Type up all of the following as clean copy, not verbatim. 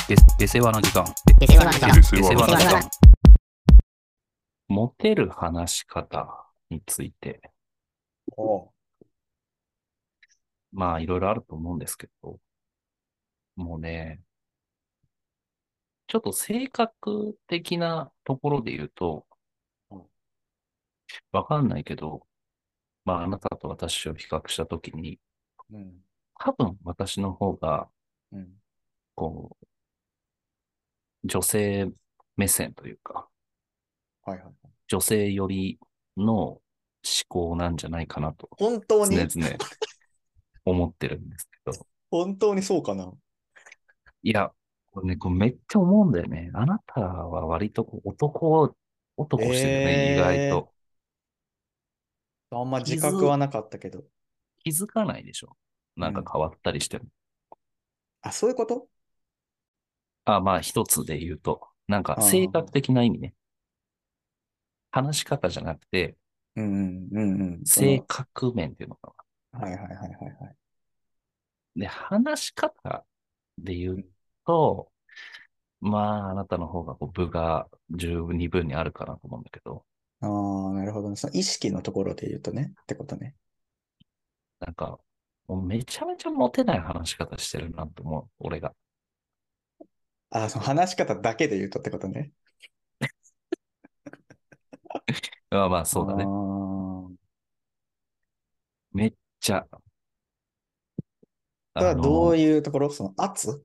下世話の時間。 で世話の時間。 下世話の時で世話の時間。 間。モテる話し方について、 おう。 まあいろいろあると思うんですけど、もうね、ちょっと性格的なところで言うと、わかんないけど、まああなたと私を比較したときに、 うん。 多分私の方が、 うん。 こ女性目線というか、 はいはい。 女性寄りの思考なんじゃないかなと、常本当に 々思ってるんですけど、 本当にそうかな。 いや、これめっちゃ思うんだよね。あなたは割と男してるよね、意外えと。 あんま自気づ、 覚はなかったけど。 気づかないでしょ。 うん。 なんか変わったりしても。 あ、そういうこと。 あ、まあ一つで言うと、なんかああ。 性格的な意味ね。話し方じゃなくて、 うんうんうんうん。 性格面っていうのかはいはいはいはいはい。 な。で、話し方で言ううん。 と、まああなたの方が分が十分二分にあるかなと思うんだけど、 ああ、なるほどね。その意識のところで言うとね。ってことね。 なんか、もうめちゃめちゃモテない話し方してるなと思う、俺が。 ああ、その話し方だけで言うとってことね。 まあまああそうだね。 あ。 めっちゃ、 それはどうあの、 いうところその圧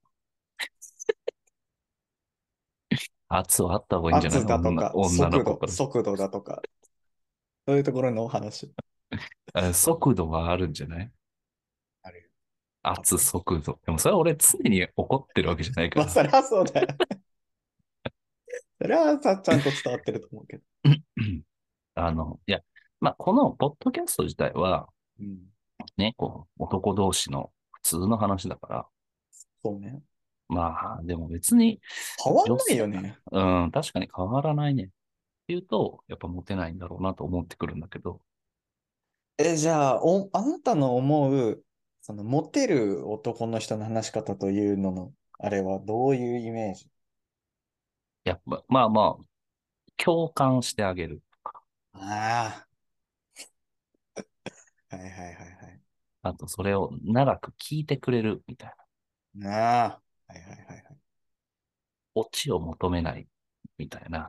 圧はあった方がいいんじゃない圧だとか、 女の子から。 速度だとか、そういうところのお話。 速度はあるんじゃない？ あるよ。多圧、 分。 速度。でもそれは俺常に怒ってるわけじゃないかまあ、 ら。 そりゃそうだよ。それはさ、ちゃんと伝わってると思うけど。 いや、まあ、このポッドキャスト自体は、 うん。 ね、男同士の普通の話だから、 そうね。 まあ、でも別に、 変わん女性、 ないよね。 うん、確かに変わらないね。っていうと、やっぱモテないんだろうなと思ってくるんだけど、 じゃあ、あなたの思う、その、モテる男の人の話し方というのの、あれはどういうイメージ？ やっぱ、まあまあ、共感してあげる。 ああ、はいはいはいはい。 あと、それを長く聞いてくれるみたいな。 ああ、はいはいはいはい。 オチを求めないみたいな。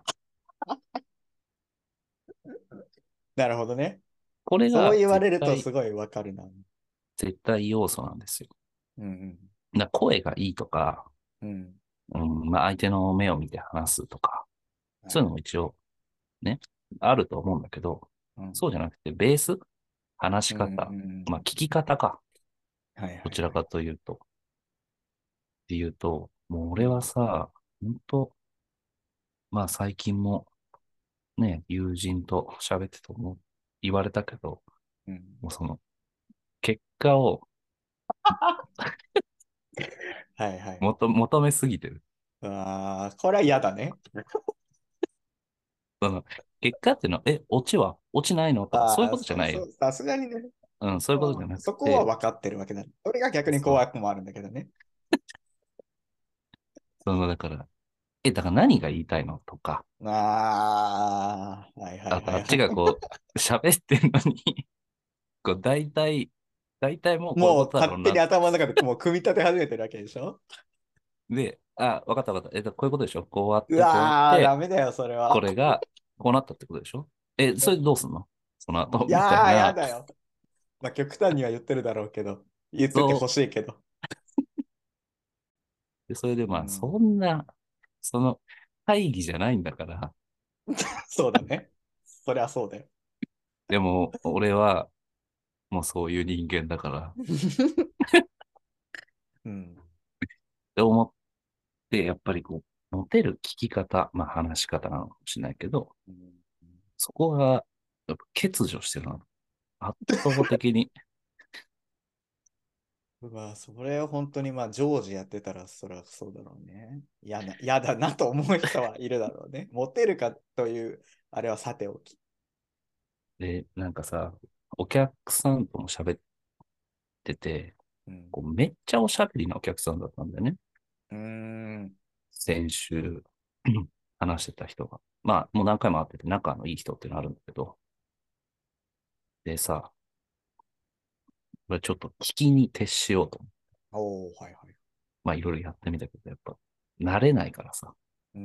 なるほどね。 これがそう言われるとすごいわかるな。 絶対要素なんですよ。 うん声がいいとか、 うん。うん。 まあ、相手の目を見て話すとか、そういうのはいはい。 も一応ね、あると思うんだけど、 うん。 そうじゃなくて、ベース、話しうん方、 うん。 まあ、聞き方か、 はいはいはい。 どちらかというと、っていうと、もう俺はうん。 さ、本当まあ最近もね、友人と喋ってとも言われたけど、 うん。 もうその、結果をはいはい。 求めすぎてる。 ああ、これは嫌だね。 その、結果っていうのは、落ちないのとか、そういうああ、 ことじゃないよ。 さすがにね。 うん、そういうことじゃなくそこはて、 分かってるわけだ。俺が逆にそう、 怖くもあるんだけどね。 だから、だから何が言いたいのとか、 ああ、はいはいあとあっはいはい。 ちが喋ってんのに、大体もうこういうこもうとだろうな。 勝手に頭の中でもう組み立て始めてるわけでしょ？ で、わかったわかった。こういうことでしょ？こうやっうて、こうやっわー、ダて、 メだよ、それは。 これが、こうなったってことでしょ？それでどうすんの？その後、 いみたいやー、やな。 だよ。まあ、極端には言ってるだろうけど、言っててほそしいけど。 それでまあ、 うん。 そんな、その、会議じゃないんだから、 そうだね。そりゃそうだよ。 でも、俺は、もうそういう人間だから、っうん。 て思って、やっぱりモテる聞き方、まあ話し方なのかもしれないけど、 うん。 そこが、やっぱ欠如してるな。圧倒的に。 うわ、それを本当にまあ常時やってたらそりゃそうだろうね。嫌だなと思う人はいるだろうね。モテるかという、あれはさておき。 で、なんかさ、お客さんとも喋ってて、 うん。 めっちゃおしゃべりなお客さんだったんだよね。 先週話してた人が、まあ、もう何回も会ってて仲のいい人っていうのあるんだけど、でさ、これちょっと聞きに徹しようと思って。 おー、はいはい。 まあ、いろいろやってみたけど、やっぱ、慣れないからさ、 うん。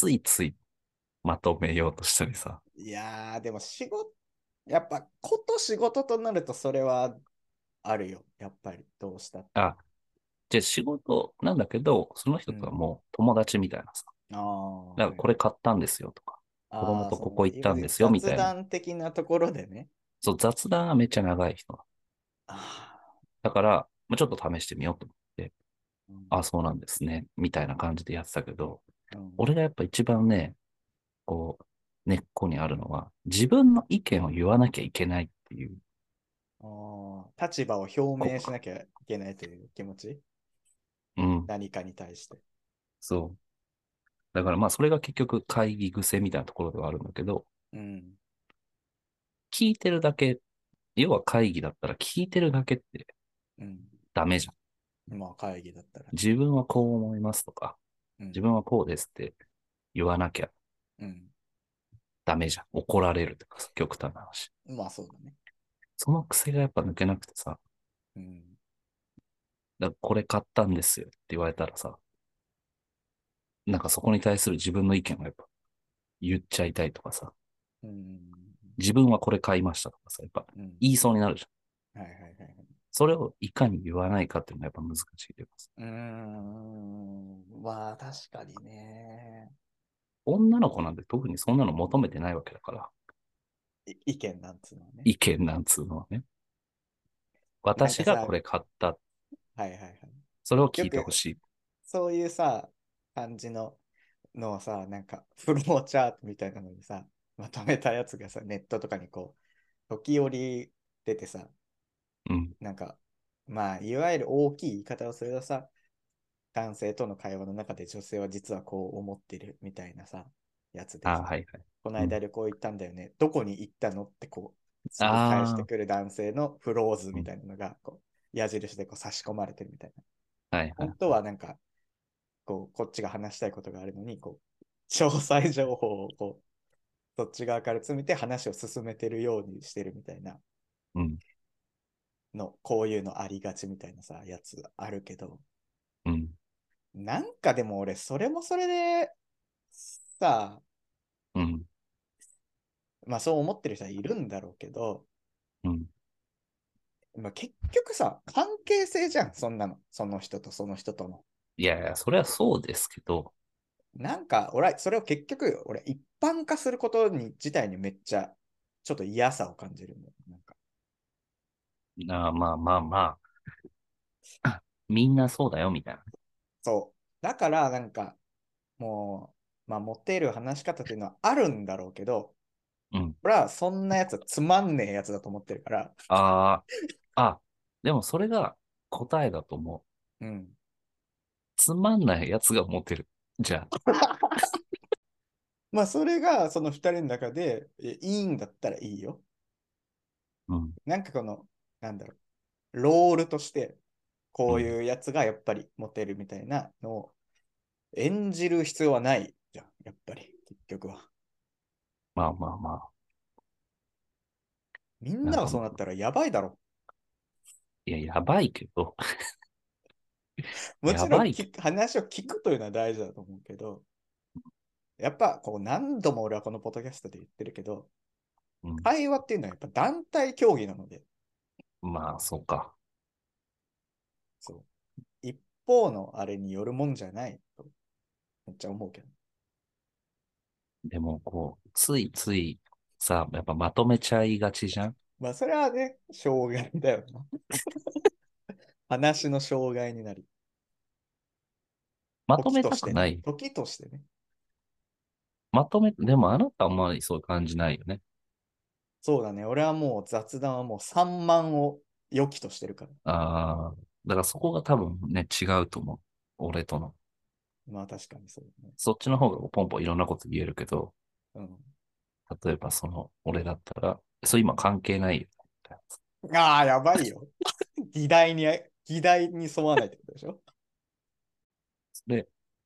ついついまとめようとしたりさ、 いやー、でもやっぱ、こと仕事となるとそれはあるよ。やっぱり、どうしたって。 あ、じゃあ仕事なんだけど、その人とはうん。 もう友達みたいなさ、 ああ、 だからはいはい。 これ買ったんですよとか、子供ああ、 とここ行っいわゆるたんですよみたいな。 雑談的なところでね。 そう、雑談がめっちゃ長い人。 あだから、まあ、ちょっと試してみようと思って、 あ、うん、 あ、そうなんですね、みたいな感じでやってたけど、 うん。 俺がやっぱ一番ね、こう、根っこにあるのは、自分の意見を言わなきゃいけないっていう、 ああ、立場を表こ明しなきゃいけないという気持ち、 うん、 何かに対して。 そう。だからまあ、それが結局会議癖みたいなところではあるんだけど、 うん、 聞いてるだけ、要は会議だったら聞いてるだけってうん。 ダメじゃん。 まあ、会議だったらね。 自分はこう思いますとか、 うん、 自分はこうですって言わなきゃうん。 ダメじゃん。怒られるとかさ、極端な話。 まあ、そうだね。 その癖がやっぱ抜けなくてさ、 うん、 だからこれ買ったんですよって言われたらさ、なんかそこに対する自分の意見をやっぱ言っちゃいたいとかさ、 うん、 自分はこれ買いましたとかさ、やっぱうん。 言いそうになるじゃん。 はいはいはいはい。 それをいかに言わないかっていうのがやっぱ難しいというかさ、 うーん、まあ、確かにね。 女の子なんて特にそんなの求めてないわけだから、 意見なんつうのはね。 意見なんつうのはね。私がなんかさ、 これ買った。 はいはいはい。 それを聞いてほよく、 しい。 そういうさ、感じのをさ、なんか、フローチャートみたいなのにさ、まとめたやつがさ、ネットとかにこう、時折出てさ、 うん。 なんか、まあ、いわゆる大きい言い方をするとさ、男性との会話の中で女性は実はこう思ってるみたいなさ、やつでああ、 さ、 はいはい。 このうん。 間旅行行ったんだよね。どこに行ったのってこう、すぐ返してああ、 くる男性のフローズうん。 みたいなのが、こう、矢印でこう差し込まれてるみたいな。 はいはい本当はい。 はなんか、こっちが話したいことがあるのに、詳細情報をそっち側から詰めて話を進めてるようにしてるみたいなうん。 こういうのありがちみたいなさ、やつあるけど、 うん。 なんかでも俺、それもそれで、さ、 うん。 まあそう思ってる人はいるんだろうけど、 うん。 まあ、結局さ、関係性じゃん、そんなの。その人とその人との。 いやいや、それはそうですけど、 なんか、それを結局、俺、一般化することに自体にめっちゃ、ちょっと嫌さを感じるんだよ。なんか、 まあまあまあ、みんなそうだよ、みたいな。 そう。だから、なんか、もまあ、モテる話し方っていうのはあるんだろうけど、 うん。 俺はそんなやつはつまんねえやつだと思ってるから、 ああ、でもそれが答えだと思う。 うん。 つまんないやつがモテる。じゃあ、 まあ、それがその二人の中でいいんだったらいいよ。 うん。 なんかなんだろロールとして、こううん。 いうやつがやっぱりモテるみたいなのを演じる必要はないじゃん、やっぱり、結局は。 まあまあまみんあ。なんか、 ながそうなったらやばいだろ。 いや、やばいけど、 もやちろんばいけど、 話を聞くというのは大事だと思うけど、やっぱ何度も俺はこのポッドキャストで言ってるけど、 うん。 会話っていうのはやっぱ団体競技なので、 まあ、そうか。 そう。一方のあれによるもんじゃないとめっちゃ思うけど。 でも、こう、ついついさ、やっぱまとめちゃいがちじゃん。 まあそれはね、障害だよな。話の障害になり、時まとめとしてね。 たくない。 時としてね。 でもあなたはあんまりそういう感じないよね。 そうだね。俺はもう雑談はもう3万を良きとしてるから。 ああ、だからそこが多分ね、違うと思う。俺との。 まあ確かにそうだね。 そっちの方がポンポンいろんなこと言えるけど、 うん。 例えば俺だったら、そう今関係ないよね。 ああ、やばいよ。議題に沿わないってことでしょ。 で、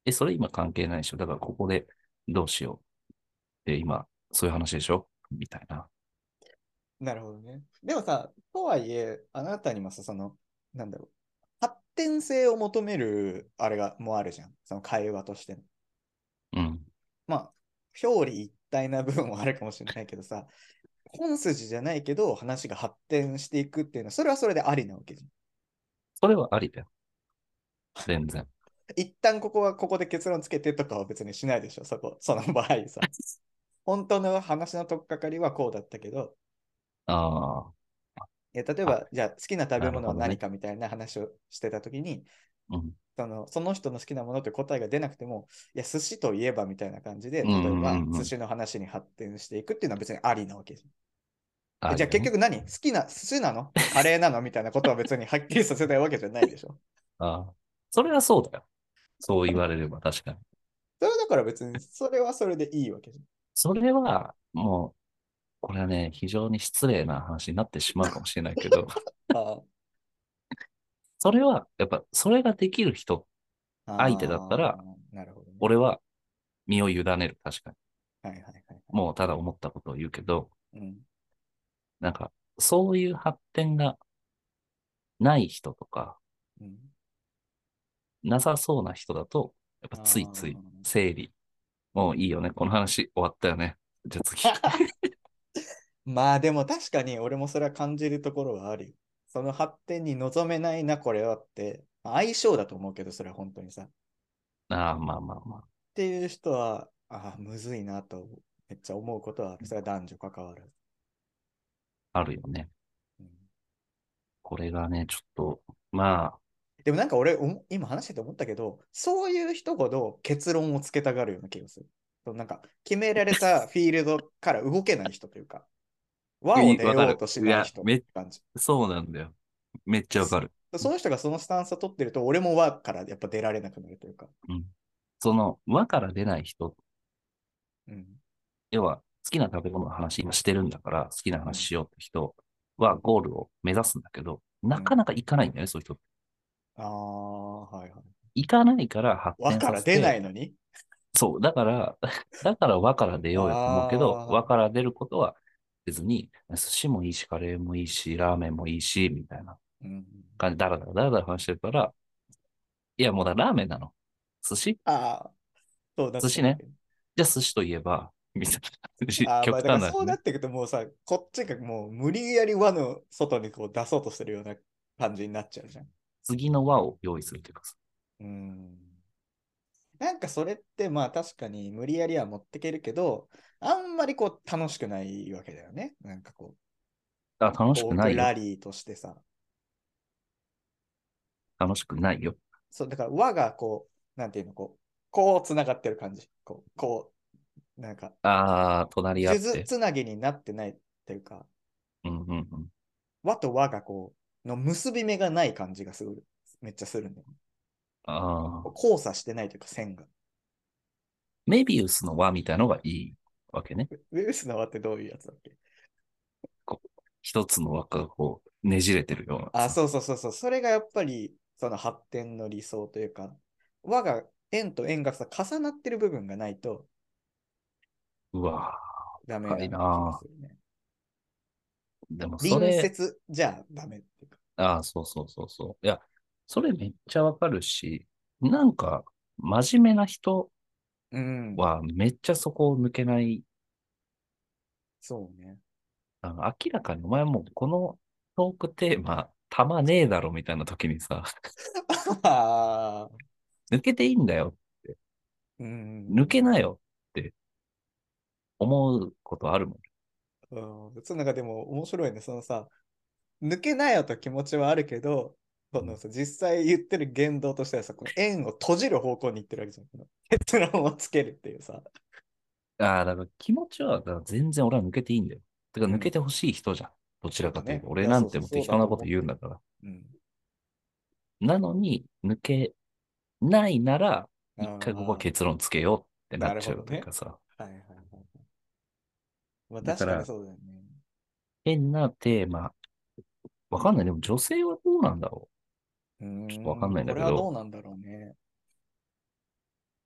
それ今関係ないでしょ。だからここでどうしよう。今、そういう話でしょみたいな。 なるほどね。でもさ、とはいえ、あなたにもさ、なんだろう、発展性を求めるあれがもうあるじゃん。その会話としての。 うん。 まあ、表裏一体な部分もあるかもしれないけどさ、本筋じゃないけど話が発展していくっていうのは、それはそれでありなわけじゃん。 それはありだよ。全然。 一旦ここはここで結論つけてとかは別にしないでしょ、その場合さ。本当の話の取っかかりはこうだったけど、 あ例えあ、 ば、じゃあ好きな食べ物はなるほどね。 何かみたいな話をしてたときに、 うん。 その人の好きなものって答えが出なくても、いや、寿司といえばみたいな感じで、 うんう例えばんうんうん。 寿司の話に発展していくっていうのは別にありなわけじゃん。じゃあありだね。 結局何好きな寿司なのカレーなのみたいなことは別にはっきりさせたいわけじゃないでしょ。 ああ。それはそうだよ。そう言われれば確かに。 それはだから別にそれはそれでいいわけじそれは、もう、これはね、非常に失礼な話になってしまうかもしれないけど、 ゃん。あそれは、やっぱ、それができる人、 あ、 相手だったら、 なるほどね。 俺は身を委ねる。確かに。 はいはいはいはい。 もうただ思ったことを言うけど、 うん。 なんか、そういう発展がない人とか、 うん、 なさそうな人だと、やっぱあついついあ、 整理。もういいよね。この話終わったよね。じゃあ次。 まあでも確かに俺もそれは感じるところはあるよ。その発展に望めないな、これはって、まあ相性だと思うけど、それは本当にさ。っああ、まあまあまていう人は、ああ、むずいなとめっちゃ思うことはある。それは男女関わらず。 あ、あるよね。 うん、 これがね、ちょっと、まあ、 でもなんか俺、今話してて思ったけど、そういう人ほど結論をつけたがるような気がする。なんか決められたフィールドから動けない人というか、輪を出わかる。 ようとしいや、 ない人って感じ。 そうなんだよ。めっちゃわかる。 その人がそのスタンスを取ってると、俺も輪からやっぱ出られなくなるというか。 うん。その、輪から出ない人、 うん。 要は、好きな食べ物の話今してるんだから、好きなうん。 話しようって人はゴールを目指すんだけど、なかうん。 なか行かないんだよね、そういう人。 ああ、はいはい。 行かないから発輪展から出なさせて、 いのに。 そう、だから、だから輪から出ようよと思うけど、 ああ、 輪から出ることは別に、寿司もいいし、カレーもいいし、ラーメンもいいし、みたいなうん。 感じ、だらだら話してるから、いや、もうラーメンなの。寿司ああ、そうなっ寿司ね。 ちゃうわけ。 じゃあ寿司といえば、みたいな。 ああ、ま極あだから端な話ね。 そうなっていくともうさ、こっちがもう無理やり輪の外にこう出そうとしてるような感じになっちゃうじゃん。 次の輪を用意するというかさ。 うん。なんかそれってまあ確かに無理やりは持ってけるけど、あんまりこう楽しくないわけだよね。なんかこあ、楽う、トークしくないよ。 ラリーとしてさ。 楽しくないよ。 そう、だから輪がこう、なんていうの、こうつながってる感じ。なんか、 ああ、隣り合数珠って。 つなぎになってないっていうか、 うんうんうん。 輪と輪がこう、の結び目がない感じがする。めっちゃするんだよね。 ああ、 交差してないというか、線が。 メビウスの輪みたいのがいいわけね。 ウェルスの輪ってどういうやつだっけ？ こう、一つの輪がこう、ねじれてるようなあ、 さ。 そうそうそうそう。それがやっぱり、その発展の理想というか、輪が円と円がさ、重なってる部分がないとうわダー、深いメな気がなするね。 ー。でもそ隣れ、 接じゃダメっていうか。 ああ、そうそうそうそう。いや、それめっちゃわかるし、なんか、真面目な人うん、 はめっちゃそこを抜けない。 そうね。 明らかにお前もうこのトークテーマ、たまねえだろみたいな時にさ、 ああ、 抜けていいんだよって、 う抜けん。 なよって思うことあるもん。 うん、そのなんかでも面白いね。そのさ、抜けなよと気持ちはあるけど、そうん、 のさ実際言ってる言動としてはさ、この円を閉じる方向に行ってるわけじゃん。この結論をつけるっていうさ。 ああ、だから気持ちは、だから全然俺は抜けていいんだよ。だからうん。 抜けてほしい人じゃん。どちらかというと。 そうだね。い俺や、そうそう、 なんてもそうだと適当なこと思ってる。 言うんだから。 うん。 なのに、抜けないなら、 あ一回ここはあ、 結論つけようってななっちゃうるほどね。 というかさ。 はいはいはい。まあ確かにだから、 そうだよね。 変なテーマ、わかんない。でも女性はどうなんだろう。ちょっとわかんないんだこれはどけど、 うなんだろうね。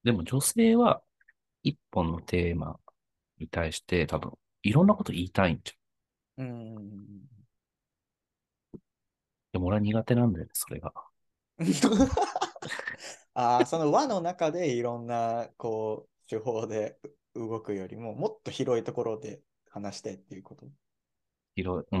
でも女性は一本のテーマに対して多分いろんなこと言いたいんじうん。 ゃん。でも俺は苦手なんだよね、それが。 ああ、その輪の中でいろんな、こう、手法で動くよりも、もっと広いところで話してっていうこと。 うん、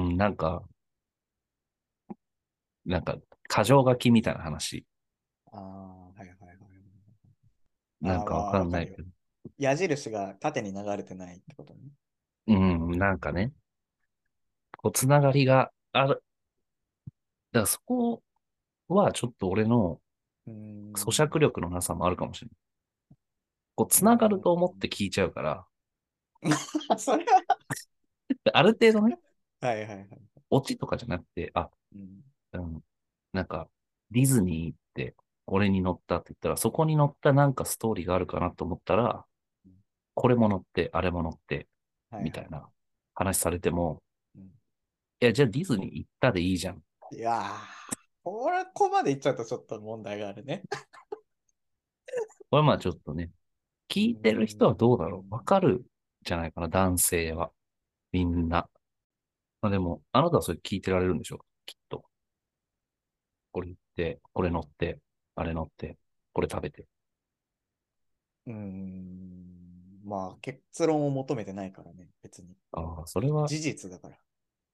なんか、箇条書きみたいな話。 ああ、はいはいはい。ああ、まなんかわあ、わかるよ。 かんないけど。 矢印が縦に流れてないってことね。 うん、なんかね、こう、つながりがある。だからそこはちょっと俺のうーん。 咀嚼力のなさもあるかもしれない。こう、つながるうーん。 と思って聞いちゃうから、 それは、 ある程度ね、 はいはいはい。 オチとかじゃなくて、 うん。 うん、なんか、ディズニー行って、これに乗ったって言ったら、そこに乗ったなんかストーリーがあるかなと思ったら、これも乗って、あれも乗って、 はいはいはい。 みたいな話されても、 うん、 いや、じゃあディズニー行ったでいいじゃん。 いやー、ここまで言っちゃうとちょっと問題があるね。 これまあちょっとね、 うー聞いてる人はどうだろうわん。 かるじゃないかな、男性は。みんな。まあでも、あなたはそれ聞いてられるんでしょうきっと。これ行って、これ乗って、あれ乗って、これ食べて。 うーん。まあ、結論を求めてないからね、別に。 ああ、それは、 事実だから。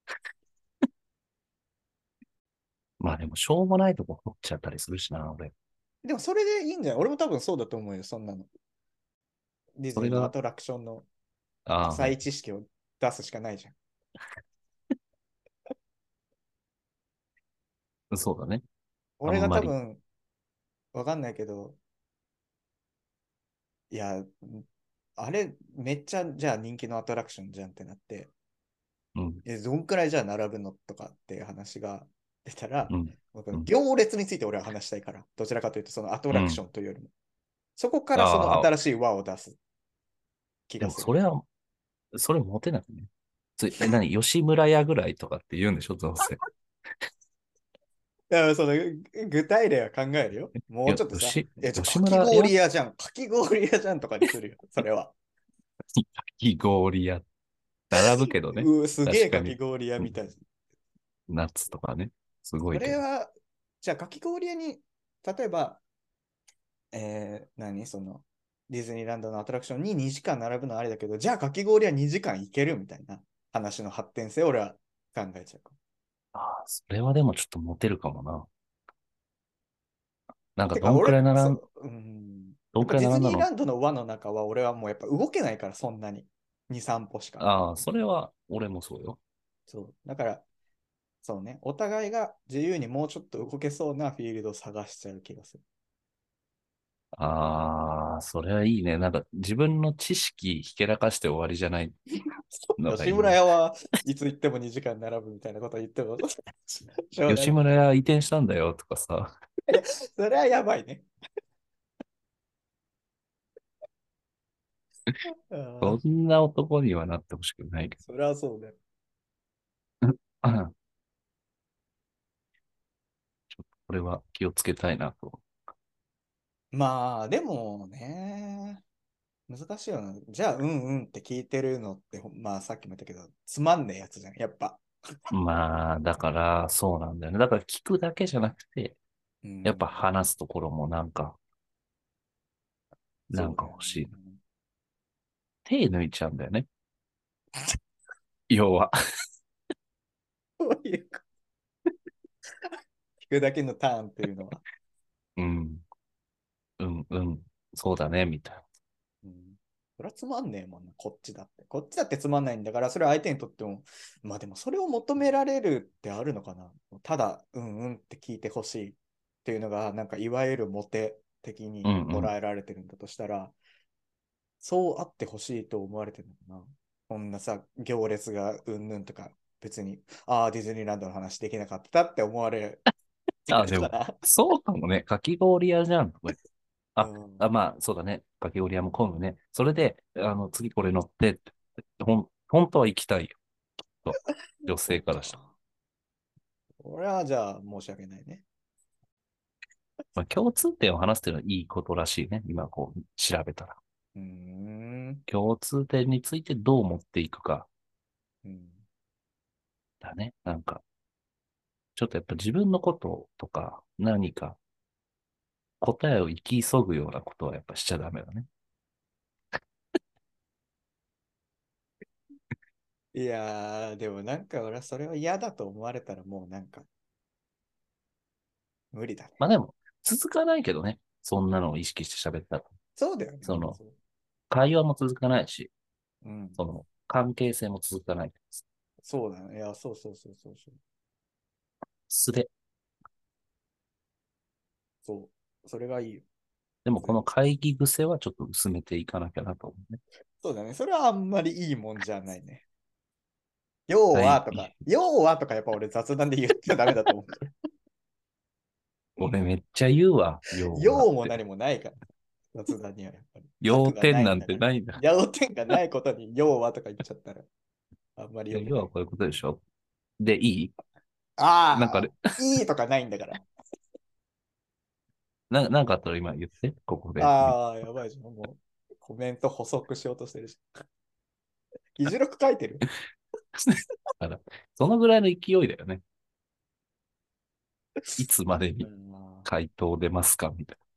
まあでも、しょうもないとこ掘っちゃったりするしな、俺。 でも、それでいいんじゃない？俺も多分そうだと思うよ、そんなの。ディズそれが、 ニーのアトラクションのあ浅い知識を出すしかないじゃん。 あ、そうだね。あ俺がんまり。 多分、わかんないけど、いや、あれ、めっちゃ、じゃあ人気のアトラクションじゃんってなって、 うん、 どんくらいじゃあ並ぶのとかっていう話が出たら、 うん、うん、 行列について俺は話したいから、どちらかというとそのアトラクシうん。 ョンというよりも、そこからそのああ、 新しい輪を出す気でがする。 もそれは、それモテなくね。何吉村屋ぐらいとかって言うんでしょどうせ。 だからその具体例は考えるよ。もいや、 うちょっとさ、じゃあか吉き村屋、 氷屋じゃん、かき氷屋じゃんとかにするよ、それは。 かき氷屋、並ぶけどね。 すげえかき確かに。 氷屋うん、 みたいな。 ナッツとかね。すごそいけど。 れは、じゃあかき氷屋に、例えば、その、ディズニーランドのアトラクションに2時間並ぶのはあれだけど、じゃあかき氷は2時間行けるみたいな話の発展性を俺は考えちゃうかも。 ああ、それはでもちょっとモテるかもな。なんかてか、俺、 どんくやっぱディズらい並んだの？ ニーランドの輪の中は俺はもうやっぱ動けないから、そんなに。2、3歩しか。 ああ、それは俺もそうよ。 そう。だから、そうね、お互いが自由にもうちょっと動けそうなフィールドを探しちゃう気がする。 ああ、それはいいね。なんか自分の知識ひけらかして終わりじゃないのが吉いいね。 村屋はいつ行っても2時間並ぶみたいなこと言ってもしょうがない。 吉村屋移転したんだよとかさ、 いや、それはやばいね。あー、 そんな男にはなってほしくないけそれはそうだよ。 ど。うんこれは気をつけたいなと。 まあ、でもね、難しいよな。じゃあ、うんうんって聞いてるのって、まあさっきも言ったけど、つまんねえやつじゃん、やっぱ。 まあ、だからそうなんだよね。だから聞くだけじゃなくて、 うん、 やっぱ話すところもなんそうだよか欲しいな。 ね。 手抜いちゃうんだよね。要は。 そういうか、聞くだけのターンっていうのは。 うん、うん、そうだね、みたいな。 うん、それはつまんねえもんな、こっちだって。こっちだってつまんないんだから、それは相手にとっても、まあでもそれを求められるってあるのかな。ただ、うんうんって聞いてほしいっていうのが、なんかいわゆるモテ的にうんうん。 捉えられてるんだとしたら、そうあってほしいと思われてるのかな。こんなさ、行列がうんぬんとか、別に、ああ、ディズニーランドの話できなかったって思われてあ、 るでも、 のかな。 そうかもね。かき氷屋じゃんとか言って。 うあ、 ん。 まあ、そうだね。かき氷屋も混むね。それで、次これ乗ってって、本当は行きたいよ。と、女そっ性からしたら。 か。俺はじゃあ申し訳ないね。 まあ、共通点を話すっていうのはいいことらしいね。今こう調べたら。 うーん。 共通点についてどう持っていくかうん。 だね。なんか、ちょっとやっぱ自分のこととか何か答えを行き急ぐようなことはやっぱしちゃダメだね。 いやー、でもなんか俺はそれは嫌だと思われたらもうなんか無理だね。 まあでも、続かないけどね。そんなのを意識して喋ったら。 そうだよね。 その、 そう。 会話も続かないし、 うん。 その、関係性も続かない。 そうだね。いや、そうそうそうそうそう。 素で。 そう。それがいいよ。 でもこの全然。 会議癖はちょっと薄めていかなきゃなと思うね。 そうだね。それはあんまりいいもんじゃないね。要は会とか、 議。 要はとかやっぱ俺雑談で言っちゃダメだと思うから。 俺めっちゃ言うわ、要はって。 要も何もないから。雑談にはやっぱり。 要核がな点なんいんだから。 てないんだ。 要点がないことに要はとか言っちゃったらあんまり良くない。 要はこういうことでしょ。で、いいなんかあああ、 れ、 いいとかないんだから。 なんかあったら今言って、ここで。 ああ、やばいじゃん。もうコメント補足しようとしてるし。議事録書いてる。 だからそのぐらいの勢いだよね。いつまでにうんまあ回答出ますかみたいな。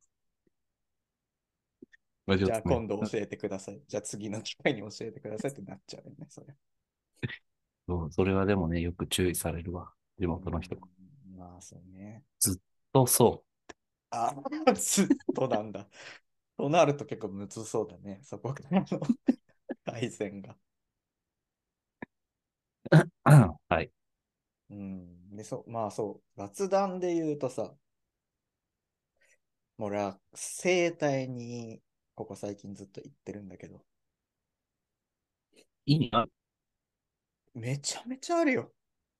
まあ、ちょじゃあっとね、 今度教えてください。じゃあ次の機会に教えてくださいってなっちゃうよね、それ。 そうそれはでもね、よく注意されるわ。地うん、 元の人。 まあそうね。 ずっとそあ、ずっとなんだ。となると結構むずそうだね。そこからの改善が。 う。はい。 うん。で、まあそう。雑談で言うとさ、俺は整体にここ最近ずっと行ってるんだけど、 意味ある。 めちゃめちゃあるよ。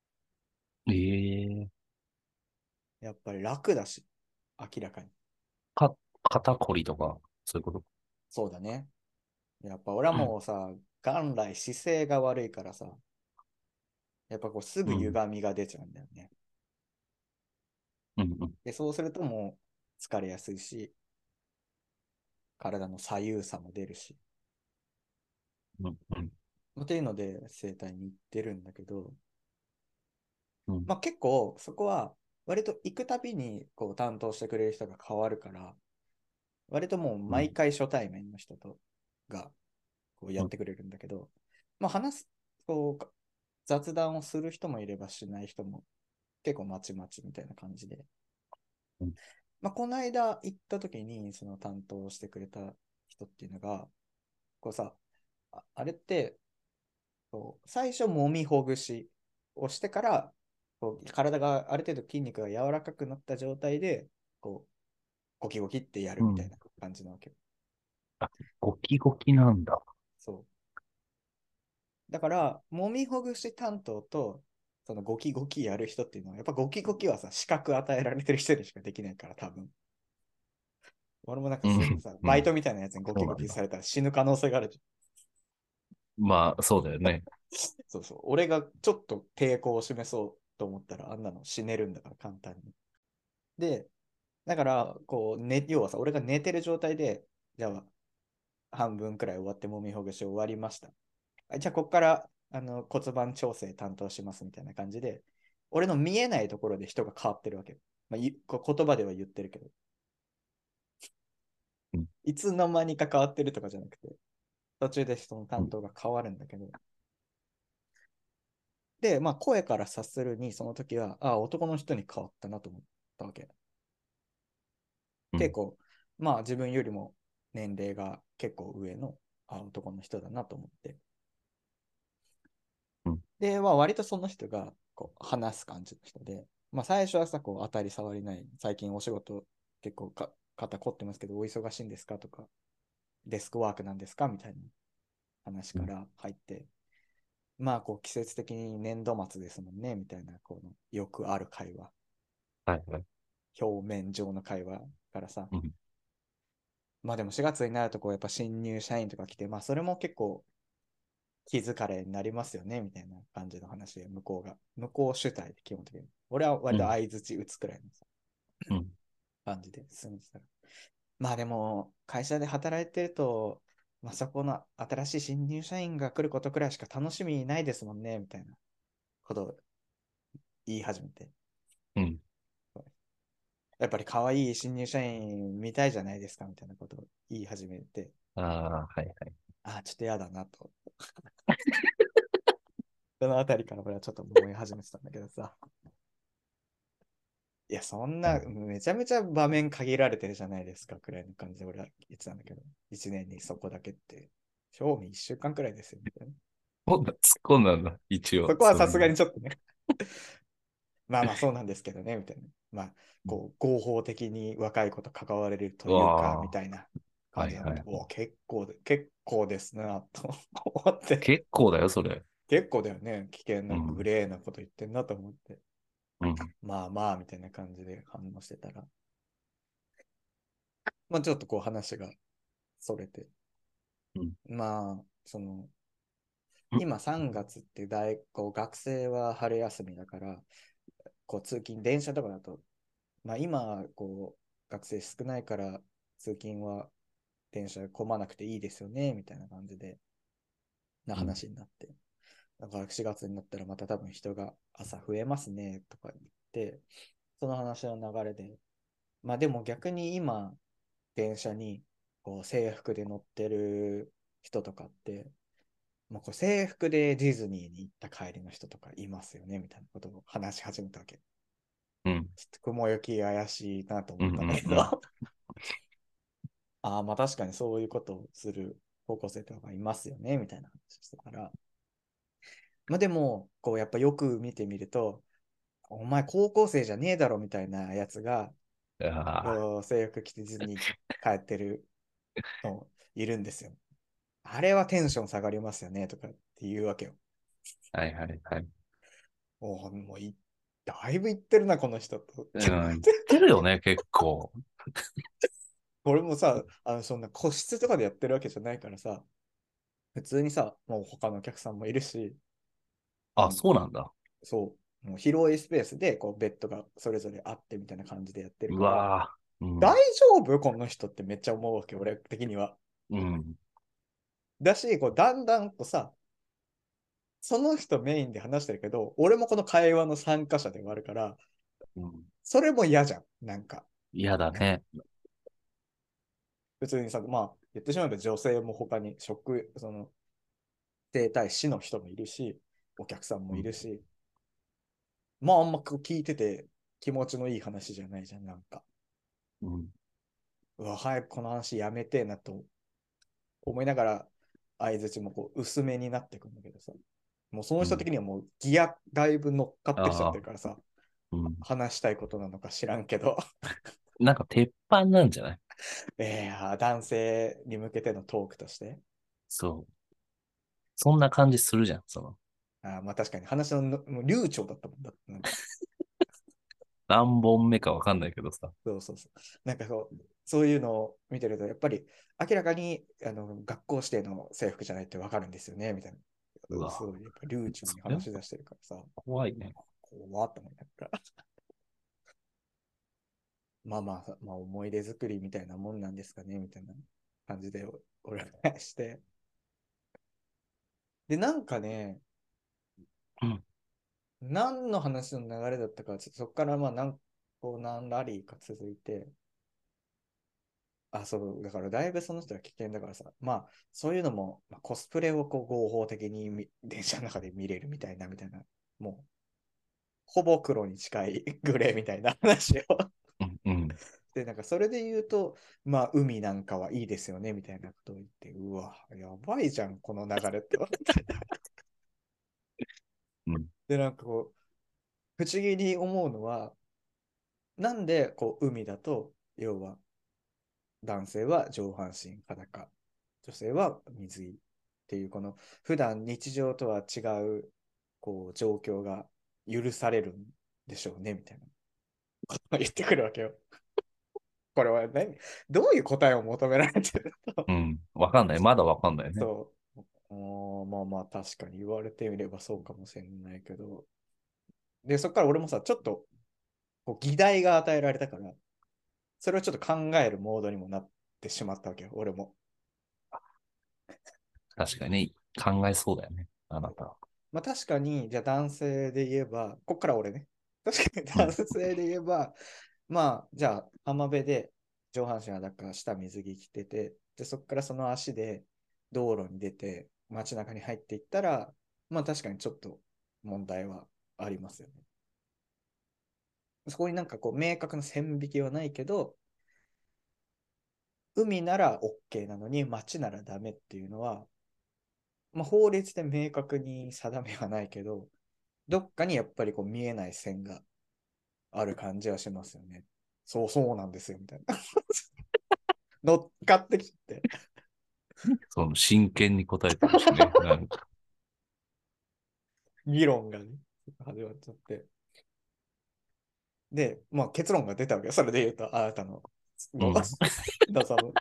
ええやっぱり楽だし、明らかに。 肩こりとか、そういうこと。 そうだね。やっぱ俺はもうさ、元来姿勢が悪いからさ、やっぱこうすぐうん。 歪みが出ちゃうんだよね。 うん。うん。 で、そうするともう疲れやすいし、体の左右差も出るし。 うん。うん。 っていうので整体に行ってるんだけど、 うん。 まあ結構そこは割と行くたびにこう担当してくれる人が変わるから、割ともううん。 毎回初対面の人がこうやうん。 ってくれるんだけど、まあこう雑談をする人もいればしない人も結構まちまちみたいな感じで、 うん。 まあこの間行った時にその担当してくれた人っていうのが、こうさ、あれってこう最初揉みほぐしをしてからこう体がある程度筋肉が柔らかくなった状態でこうゴキゴキってやるうん。 みたいな感じなわけ。 あ、ゴキゴキなんだ。 そう。だから揉みほぐし担当とそのゴキゴキやる人っていうのはやっぱゴキゴキはさ資格与えられてる人でしかできないから多分。俺もなんかうん。 そんなさ、 うん。 バイトみたいなやつにゴキゴそうなんだ。 キされたら死ぬ可能性があるじまあ、そうだよね。 ゃん。そうそう。俺がちょっと抵抗を示そうと思ったらあんなの死ねるんだから簡単に。で、だから、こう、要はさ、俺が寝てる状態で、じゃあ、半分くらい終わってもみほぐし終わりました。じゃあ、ここから骨盤調整担当しますみたいな感じで、俺の見えないところで人が変わってるわけ。まあ、言葉では言ってるけど、 うん。 いつの間にか変わってるとかじゃなくて、途中でそのうん。 担当が変わるんだけど、で、まあ、声から察するに、その時は、ああ、男の人に変わったなと思ったわけ。 うん。 結構、まあ、自分よりも年齢が結構上の男の人だなと思って。 うん。 で、まあ、割とその人がこう話す感じの人で、まあ、最初はさ、こう当たり障りない、最近お仕事結構肩凝ってますけど、お忙しいんですかとか、デスクワークなんですかみたいな話うん。 から入って、まあ、こう季節的に年度末ですもんね、みたいな、このよくある会話、 はい。はい。 表面上の会話からさ、 うん。 まあでも4月になるとこうやっぱ新入社員とか来て、まあそれも結構気疲れになりますよねみたいな感じの話で向こう主体で基本的に。俺は割とうん。 相づち打つくらいのさ。 うん。 感じで進んでたら。まあでも、会社で働いてると、まあそこの新しい新入社員が来ることくらいしか楽しみないですもんね、みたいなことを言い始めて。 うん。 やっぱり可愛い新入社員見たいじゃないですか、みたいなことを言い始めて、 ああ、はいはい。 ああ、ちょっと嫌だなと。そのあたりから俺はちょっと思い始めてたんだけどさ。いや、そんな、 うん。 めちゃめちゃ場面限られてるじゃないですか、くらいの感じで俺は言ってたんだけど、1年にそこだけって、賞味1週間くらいですよ、みたいな。 突っ込んだんだ、一応。 そこはさすがにちょっとね、まあまあそうなんですけどね、みたいな。まあ、こう、合法的に若い子と関われるとういうか、みわあ、 たいな感じなので、 はいはい。 お結構ですな、と思って、 結構だよ、それ。 結構だよね、危険なグうん。 レーなこと言ってんなと思って、 うん。 まあまあ、みたいな感じで反応してたら、まあちょっとこう話がそれて、 うん。 まあ、 うん。 今3月ってこう学生は春休みだから、こう通勤、電車とかだと、まあ今、こう、学生少ないから通勤は電車混まなくていいですよね、みたいな感じで、なうん。 話になって。だから4月になったらまた多分人が朝増えますね、とか言って、その話の流れで、まあでも逆に今、電車にこう制服で乗ってる人とかって、まあ、こう制服でディズニーに行った帰りの人とかいますよね、みたいなことを話し始めたわけ。ちょうん。 っと雲行き怪しいなとうん。 思ったんだけど、 うん。 ああ、まあ確かにそういうことをする高校生とかいますよね、みたいな話をしてたから。まあでも、こうやっぱよく見てみると、お前高校生じゃねえだろみたいなやつが、 ああ、 制服着てディズニー帰ってるのいるんですよ。あれはテンション下がりますよねとかっていうわけよ。 はいはいはい。 もうだいぶ言ってるな、この人と。 うん。言ってるよね、結構。 俺もさ、そんな個室とかでやってるわけじゃないからさ、普通にさ、もう他のお客さんもいるし、 あ、 もそうなんだ。 そう、もう広いスペースでこうベッドがそれぞれあってみたいな感じでやってるうから、 わー。う大ん。 丈夫この人ってめっちゃ思うわけ、俺的には。 うん。 だし、こうだんだんとさ、その人メインで話してるけど、俺もこの会話の参加者ではあるから、 うん。 それも嫌じゃん。なんか、 嫌だね。 普通にさ、まあ、言ってしまえば女性も他に整体師の人もいるし、お客さんもうん。 いるし、まあ、あんまこう聞いてて気持ちのいい話じゃないじゃん、なんか。 うん。 うわ、早くこの話やめてえなと思いながら、相づちもこう薄めになってくんだけどさ、もうそのうん。 人的にはもうギアだいぶ乗っかってきちゃっああ。 てるからさ、 うん。 話したいことなのか知らんけど、 なんか鉄板なんじゃない？ 男性に向けてのトークとして、 そう。そんな感じするじゃん。 まあ確かに話のもう流暢だったもんだ。なんか、 何本目かわかんないけどさ。 そうそうそう。なんかそういうのを見てると、やっぱり明らかに学校指定の制服じゃないってわかるんですよね、みたいな。 うわ。 すごい、やっぱ流暢にそれ話し出してるからさ、 怖いね。 怖っと思いながら。まあ思い出作りみたいなもんなんですかね、みたいな感じで俺がして。で、なんかね、 うん。 何の話の流れだったか、ちょっとそこからまあ何ラリーか続いて、そう、だからだいぶその人は危険だからさ、まあそういうのも、まあ、コスプレをこう合法的に電車の中で見れるみたいな、もうほぼ黒に近いグレーみたいな話をうん。うん。 で、なんかそれで言うと、まあ海なんかはいいですよねみたいなことを言って、うわ、やばいじゃん、この流れって思って。 うん。 で、なんかこう、不思議に思うのは、なんでこう海だと、要は男性は上半身裸、女性は水着っていう、この普段日常とは違うこう状況が許されるんでしょうね、みたいなことを言ってくるわけよ。これはどういう答えを求められてるの？ うん。わかんない。まだわかんないね。 そう。まあまあ確かに言われてみればそうかもしれないけど。で、そこから俺もさ、ちょっとこう議題が与えられたから、 それをちょっと考えるモードにもなってしまったわけよ、俺も。 確かに考えそうだよね、あなたは。 まあ確かに、じゃあ男性で言えば、こっから俺ね。確かにうん。 男性で言えば、まあ、じゃあ浜辺で上半身裸、下水着着てて、で、そこからその足で道路に出て街中に入っていったら、まあ確かにちょっと問題はありますよね。そこになんかこう明確な線引きはないけど、海なら OK なのに街ならダメっていうのは、まあ、法律で明確に定めはないけど、どっかにやっぱりこう見えない線がある感じはしますよね。そうそうなんですよ、みたいな。乗っかってきて、 その真剣に答えてるしね。なんか、 議論がね、始まっちゃって。で、まあ結論が出たわけよ。それで言うと、あなたのごうん。 望む。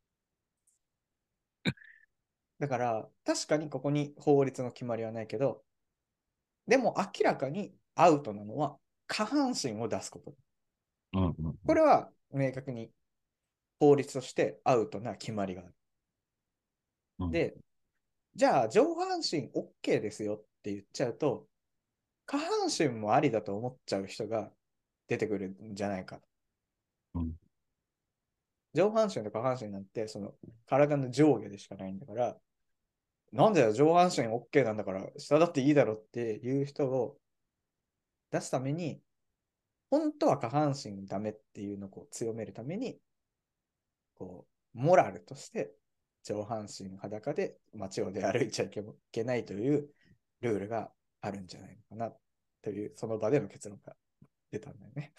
だから、確かにここに法律の決まりはないけど、でも明らかにアウトなのは下半身を出すこと。 うん。うん。 これは明確に法律としてアウトな決まりがある。 うん。 で、じゃあ上半身 OK ですよって言っちゃうと、下半身もありだと思っちゃう人が出てくるんじゃないか。 うん。 上半身と下半身なんて、その体の上下でしかないんだから、なんで上半身 OK なんだから、下だっていいだろっていう人を出すために、本当は下半身ダメっていうのをこう強めるために、こう、モラルとして上半身裸で街を出歩いちゃいけないというルールがあるんじゃないのかなという、その場での結論が出たんだよね。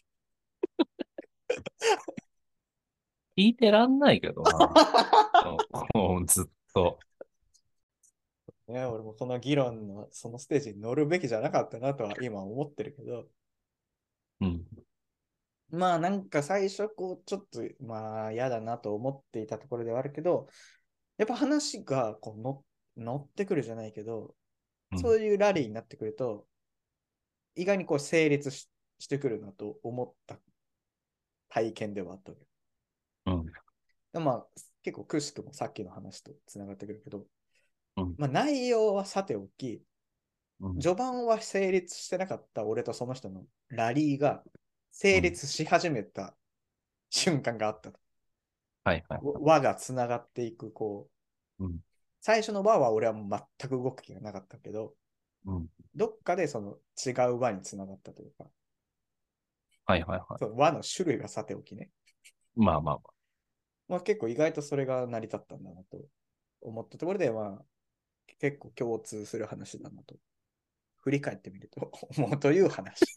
聞いてらんないけどな。もうずっと。 ね、俺もこの議論のそのステージに乗るべきじゃなかったなとは今思ってるけど、 うん。 まあなんか最初こうちょっとまあ嫌だなと思っていたところではあるけど、やっぱ話がこう乗ってくるじゃないけど、 うん。 そういうラリーになってくると、意外にこう成立してくるなと思った体験ではあったわけ。 うん。 でまあ結構くしくもさっきの話とつながってくるけど、 うん。 まあ内容はさておき、 うん。 序盤は成立してなかった俺とその人のラリーが成うん。 立し始めた瞬間があったと。 はいはいはい。 輪がつながっていく、こう、 うん。 最初の輪は俺は全く動く気がなかったけど、 うん。 どっかでその違う輪につながったというか、 はいはいはい。 その輪の種類がさておきね。 まあまあまあ。 まあ結構意外とそれが成り立ったんだなと思ったところで、まあ結構共通する話だなと、振り返ってみると思うという話。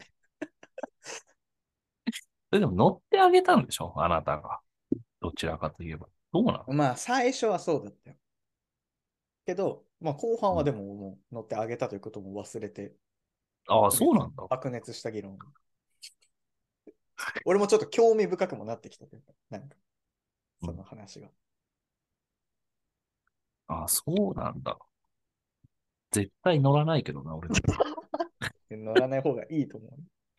それでも乗ってあげたんでしょあなたが。どちらかといえば。どうなの？ まあ最初はそうだったよ。けど、まあ後半うん。 はでももう乗ってあげたということも忘れて、 ああ、そうなんだ。 白熱した議論。俺もちょっと興味深くもなってきたというか、なんか、そうん。 の話が。 ああ、そうなんだ。絶対乗らないけどな、俺だったら。 乗らない方がいいと思う。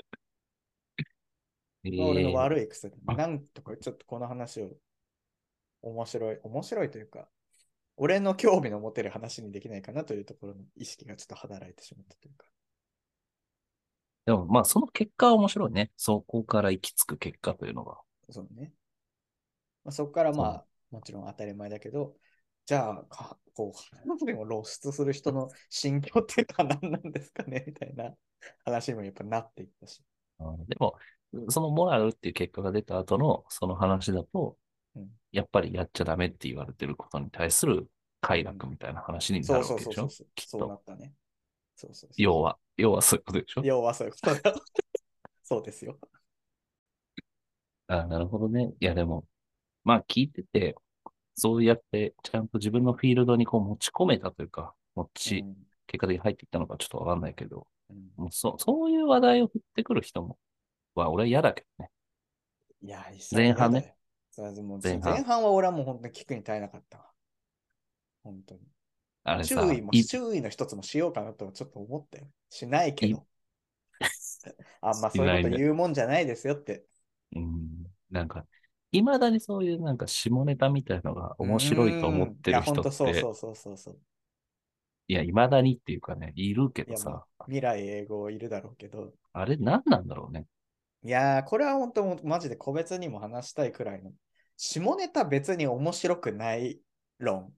まあ、俺のええ。 悪い癖で、なんとかちょっとこの話を面白いというか、俺の興味の持てる話にできないかなというところの意識がちょっと働いてしまったというか。 でもまあ、その結果は面白いね。そこから行き着く結果というのが。 そうね。まあ、そこからまそあ、もちろん当たり前だけど、じゃあ、こう、でも露出する人の心境っていうのは何なんですかねみたいな話にもやっぱなっていったし。 う。でも、そのモラルっていう結果が出た後のその話だと、 うん。 やっぱりやっちゃダメって言われてることに対する快うん、 楽みたいな話になそうるわけでしょきっそうなと。 ったね。そうそうそうそ要はそういうことでしう。 ょ？ 要はそういうことだ。そうですよ。 ああ、なるほどね。いや、でも、まあ聞いてて、そうやってちゃんと自分のフィールドにこう持ち込めたというか、 うん結果的に入っていったのかちょっとわかんないけど、 うん、 もうそういう話題を振ってくる人も、俺は嫌だけどね。 いや、それは前半ね、 嫌だよ。それはもう前前半。 半は俺はもう本当に聞くに耐えなかったわ。本当に。 あれさ、 注意の一つもしようかなとちょっと思ったよ。しないけい、 ど。あんまそういうこといないね。 言うもんじゃないですよって。 うん。 なんか、未だにそういうなんか下ネタみたいのがう面白いと思っいや、 てるほんとそうそ人って、 うそうそうそう。 いや、未だにっていうかね、いるけいや、まあ、 どさ、 未来永劫いるだろうけど、 あれ何なんだろうね。 いやー、これは本当もうマジで個別にも話したいくらいの。下ネタ別に面白くない論。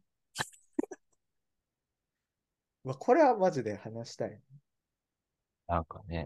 これはマジで話したい。 なんかね、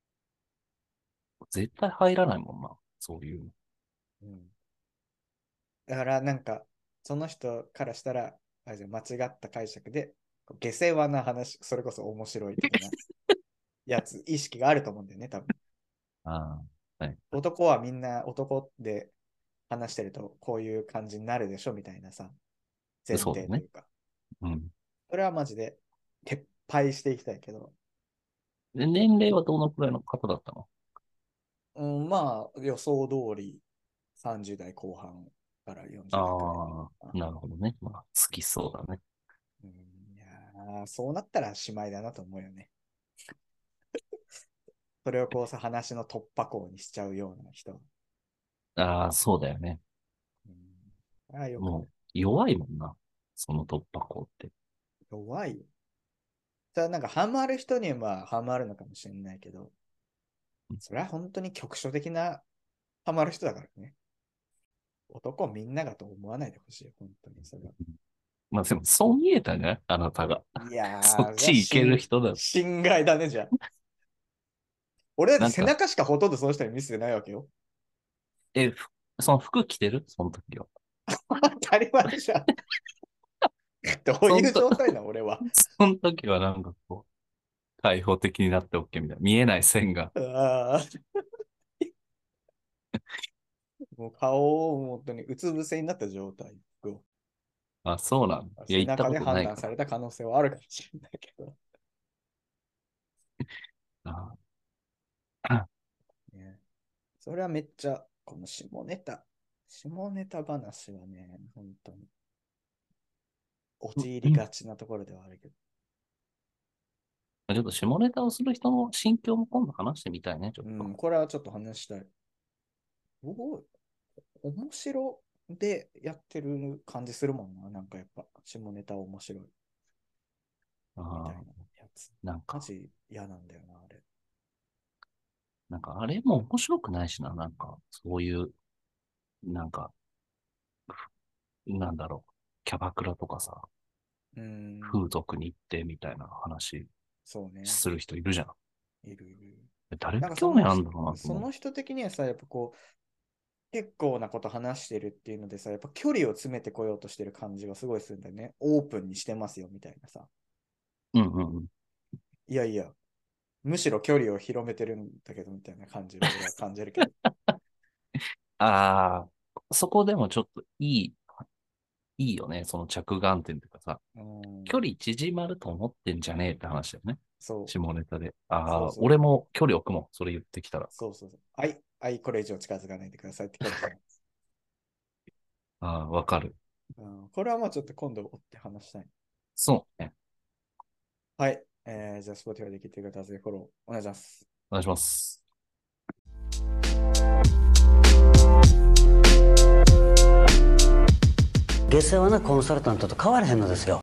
絶対入らないもんな、そういうの。 うん、だからなんか、その人からしたら、あれじゃ間違った解釈で、下世話な話、それこそ面白い的なやつ、意識があると思うんだよね、多分。 ああ、はい。 男はみんな男で話してるとこういう感じになるでしょみたいなさ、前そうだね。 提というか。 うん。 それはマジで撤廃していきたいけど、 で、年齢はどのくらいの方だったの？ うん、まあ予想通り30代後半から40代くらい。 ああ、なるほどね。まあ、好きそうだね。 うん、いやそうなったらしまいだなと思うよね。それをこうさ、話の突破口にしちゃうような人。 ああ、そうだよね。 うん、ああ、よくない。 もう、弱いもんな。その突破口って。 弱いよ。それはなんかハマる人にはハマるのかもしれないけど、それは本当に局所的なハマる人だからね。男みんながと思わないでほしいよ、本当にそれは。 まあでも、そう見えたんじゃないあなたが。 いやー、じゃあそっち行ける人だ。 侵害だね、じゃあ。俺だってなんか、 背中しかほとんどその人に見せてないわけよ。 え、その服着てるその時は。 当たり前じゃん。どういうそのと、 状態なの、俺は。 その時はなんかこう、開放的になって OK みたいな。見えない線が。 あもう顔を本当にうつ伏せになった状態。 あ、そうなんだ。いや、 背行ったこ中で判とないから。 断された可能性はあるかもしれないけど。 ああ、 ね、それはめっちゃ、この下ネタ話はね、本当に陥りがちなところではあるけど。 ちょっと下ネタをする人の心境も今度話してみたいね、ちょっと。 うん、これはちょっと話したい。お面白でやってる感じするもんな。なんかやっぱ、下ネタ面白いみたいああ、 なやつ。 なんか、 マジ嫌なんだよな、あれ。 あれも面白くないしな、そういう、なんか、なんだろう、キャバクラとかさ、 うん、 風俗に行ってみたいな話そうね。 する人いるじゃん。 いるいる。 誰がなんか興味あるんだろうなと思う。 その人的にはさ、やっぱこう、結構なこと話してるっていうのでさ、やっぱ距離を詰めてこようとしてる感じがすごいするんだよね。オープンにしてますよみたいなさ。 うんうんうん。 いやいや、むしろ距離を広めてるんだけどみたいな感じを俺は感じるけど。 ああ、そこでもちょっといいよね。その着眼点というかさ、 うん、 距離縮まると思ってんじゃねえって話だよね。 そう、 下ネタで。ああ、 そうそう、 俺も距離置くもん。それ言ってきたら。 そうそうそう。はい、はい、これ以上近づかないでくださいって距離感。 ああ、わかる。 うん、これはまあちょっと今度追って話したい。 そうね。 はい、じゃあ Spotify で聞いてください。フォローお願いします。 お願いします。 下世話なコンサルタントと変わらへんのですよ。